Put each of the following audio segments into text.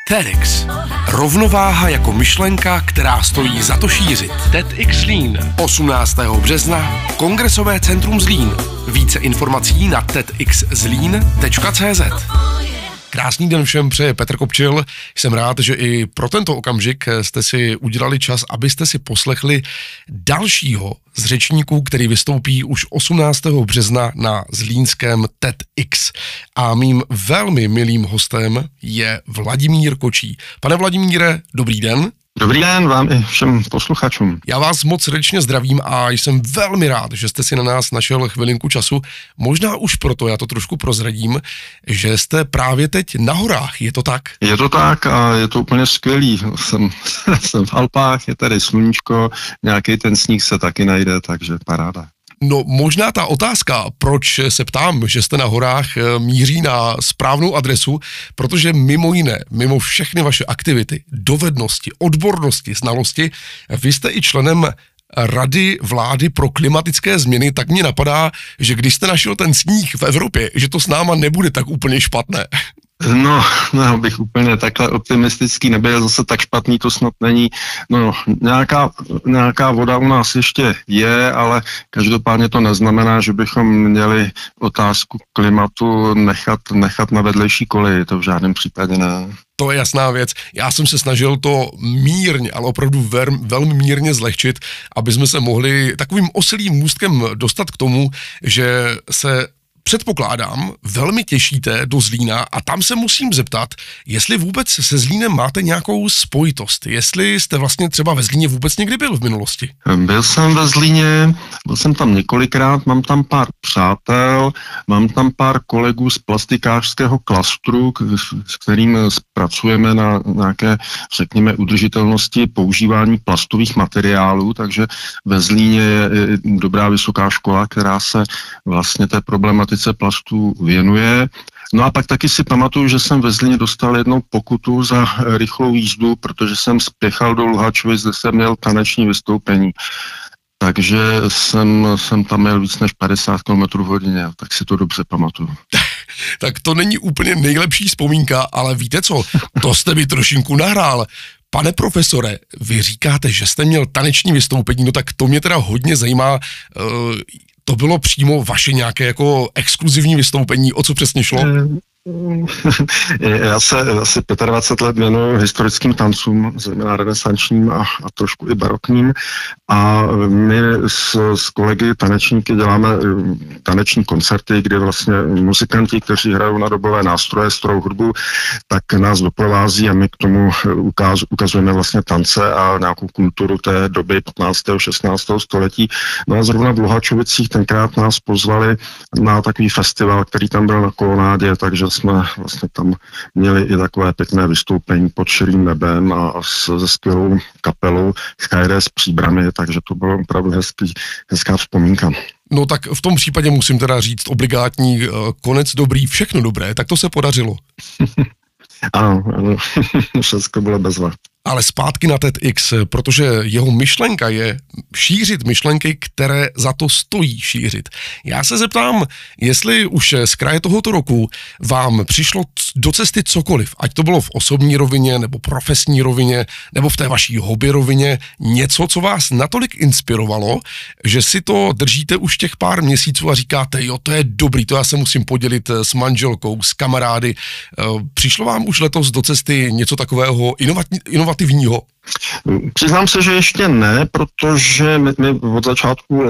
TEDx. Rovnováha jako myšlenka, která stojí za to šířit. TEDx Zlín. 18. března. Kongresové centrum Zlín. Více informací na tedxzlin.cz. Krásný den všem přeje Petr Kopčil. Jsem rád, že i pro tento okamžik jste si udělali čas, abyste si poslechli dalšího z řečníků, který vystoupí už 18. března na zlínském TEDx. A mým velmi milým hostem je Vladimír Kočí. Pane Vladimíre, dobrý den. Dobrý den vám i všem posluchačům. Já vás moc srdečně zdravím a jsem velmi rád, že jste si na nás našel chvilinku času. Možná už proto, já to trošku prozradím, že jste právě teď na horách, je to tak? Je to tak a je to úplně skvělý. Jsem v Alpách, je tady sluníčko, nějaký ten sníh se taky najde, takže paráda. No možná ta otázka, proč se ptám, že jste na horách, míří na správnou adresu, protože mimo jiné, mimo všechny vaše aktivity, dovednosti, odbornosti, znalosti, vy jste i členem Rady vlády pro klimatické změny, tak mě napadá, že když jste našel ten sníh v Evropě, že to s náma nebude tak úplně špatné. No, bych úplně takhle optimistický nebyl, zase tak špatný to snad není. No, nějaká voda u nás ještě je, ale každopádně to neznamená, že bychom měli otázku klimatu nechat na vedlejší koleji, to v žádném případě ne. To je jasná věc. Já jsem se snažil to mírně, ale opravdu velmi mírně zlehčit, aby jsme se mohli takovým osilým můstkem dostat k tomu, že se předpokládám, velmi těšíte do Zlína a tam se musím zeptat, jestli vůbec se Zlínem máte nějakou spojitost, jestli jste vlastně třeba ve Zlíně vůbec někdy byl v minulosti. Byl jsem ve Zlíně, byl jsem tam několikrát, mám tam pár přátel, mám tam pár kolegů z plastikářského klastru, s kterým pracujeme na nějaké, řekněme, udržitelnosti používání plastových materiálů, takže ve Zlíně je dobrá vysoká škola, která se vlastně té problematice plastů věnuje. No a pak taky si pamatuju, že jsem ve Zlíně dostal jednou pokutu za rychlou jízdu, protože jsem spěchal do Luhačovic, kde jsem měl taneční vystoupení. Takže jsem tam měl víc než 50 km hodině, tak si to dobře pamatuju. Tak to není úplně nejlepší vzpomínka, ale víte co, to jste mi trošinku nahrál. Pane profesore, vy říkáte, že jste měl taneční vystoupení, no tak to mě teda hodně zajímá. To bylo přímo vaše nějaké jako exkluzivní vystoupení, o co přesně šlo? Já se asi 25 let věnuju historickým tancům, zejména renesančním a trošku i barokním. A my s kolegy tanečníky děláme taneční koncerty, kdy vlastně muzikanti, kteří hrajou na dobové nástroje, strojou hudbu, tak nás doprovází a my k tomu ukazujeme vlastně tance a nějakou kulturu té doby 15. 16. století. No a zrovna v Luhačovicích tenkrát nás pozvali na takový festival, který tam byl na kolonádě, takže jsme vlastně tam měli i takové pěkné vystoupení pod širým nebem a se skvělou kapelou Chajré z Příbramy, takže to bylo opravdu hezká vzpomínka. No tak v tom případě musím teda říct obligátní konec dobrý, všechno dobré, tak to se podařilo. Ano, všechno bylo bezva. Ale zpátky na TEDx, protože jeho myšlenka je šířit myšlenky, které za to stojí šířit. Já se zeptám, jestli už z kraje tohoto roku vám přišlo do cesty cokoliv, ať to bylo v osobní rovině, nebo profesní rovině, nebo v té vaší hobby rovině, něco, co vás natolik inspirovalo, že si to držíte už těch pár měsíců a říkáte, jo, to je dobrý, to já se musím podělit s manželkou, s kamarády. Přišlo vám už letos do cesty něco takového inovativního? Přiznám se, že ještě ne, protože my od začátku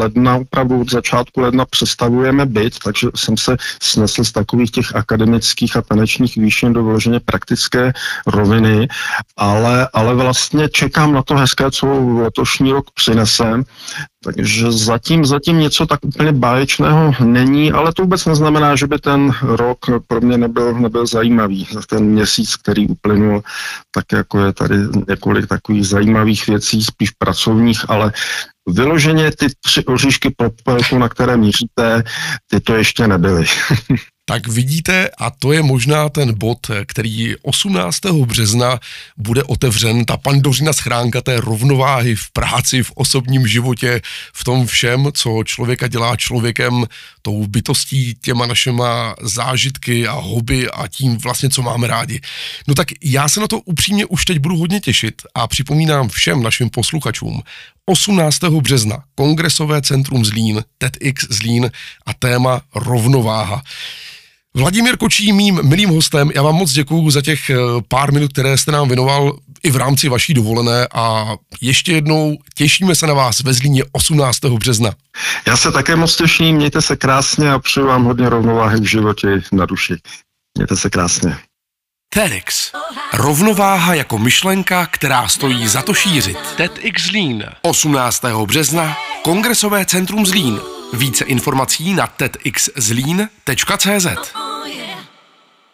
ledna přestavujeme byt, takže jsem se snesl z takových těch akademických a tanečních výšin do vyloženě praktické roviny, ale vlastně čekám na to hezké, co letošní rok přinese. Takže zatím něco tak úplně báječného není, ale to vůbec neznamená, že by ten rok pro mě nebyl zajímavý. Ten měsíc, který uplynul, tak jako je tady několik takových zajímavých věcí, spíš pracovních, ale vyloženě ty 3 oříšky popelku, na které míříte, ty to ještě nebyly. Tak vidíte, a to je možná ten bod, který 18. března bude otevřen, ta pandořina schránka té rovnováhy v práci, v osobním životě, v tom všem, co člověka dělá člověkem, tou bytostí, těma našima zážitky a hobby a tím vlastně, co máme rádi. No tak já se na to upřímně už teď budu hodně těšit a připomínám všem našim posluchačům 18. března Kongresové centrum Zlín, TEDx Zlín a téma rovnováha. Vladimír Kočí, mým milým hostem, já vám moc děkuju za těch pár minut, které jste nám věnoval i v rámci vaší dovolené a ještě jednou těšíme se na vás ve Zlíně 18. března. Já se také moc těším, mějte se krásně a přeju vám hodně rovnováhy v životě na duši. Mějte se krásně. TEDx. Rovnováha jako myšlenka, která stojí za to šířit. TEDx Zlín. 18. března Kongresové centrum Zlín. Více informací na tedxzlin.cz.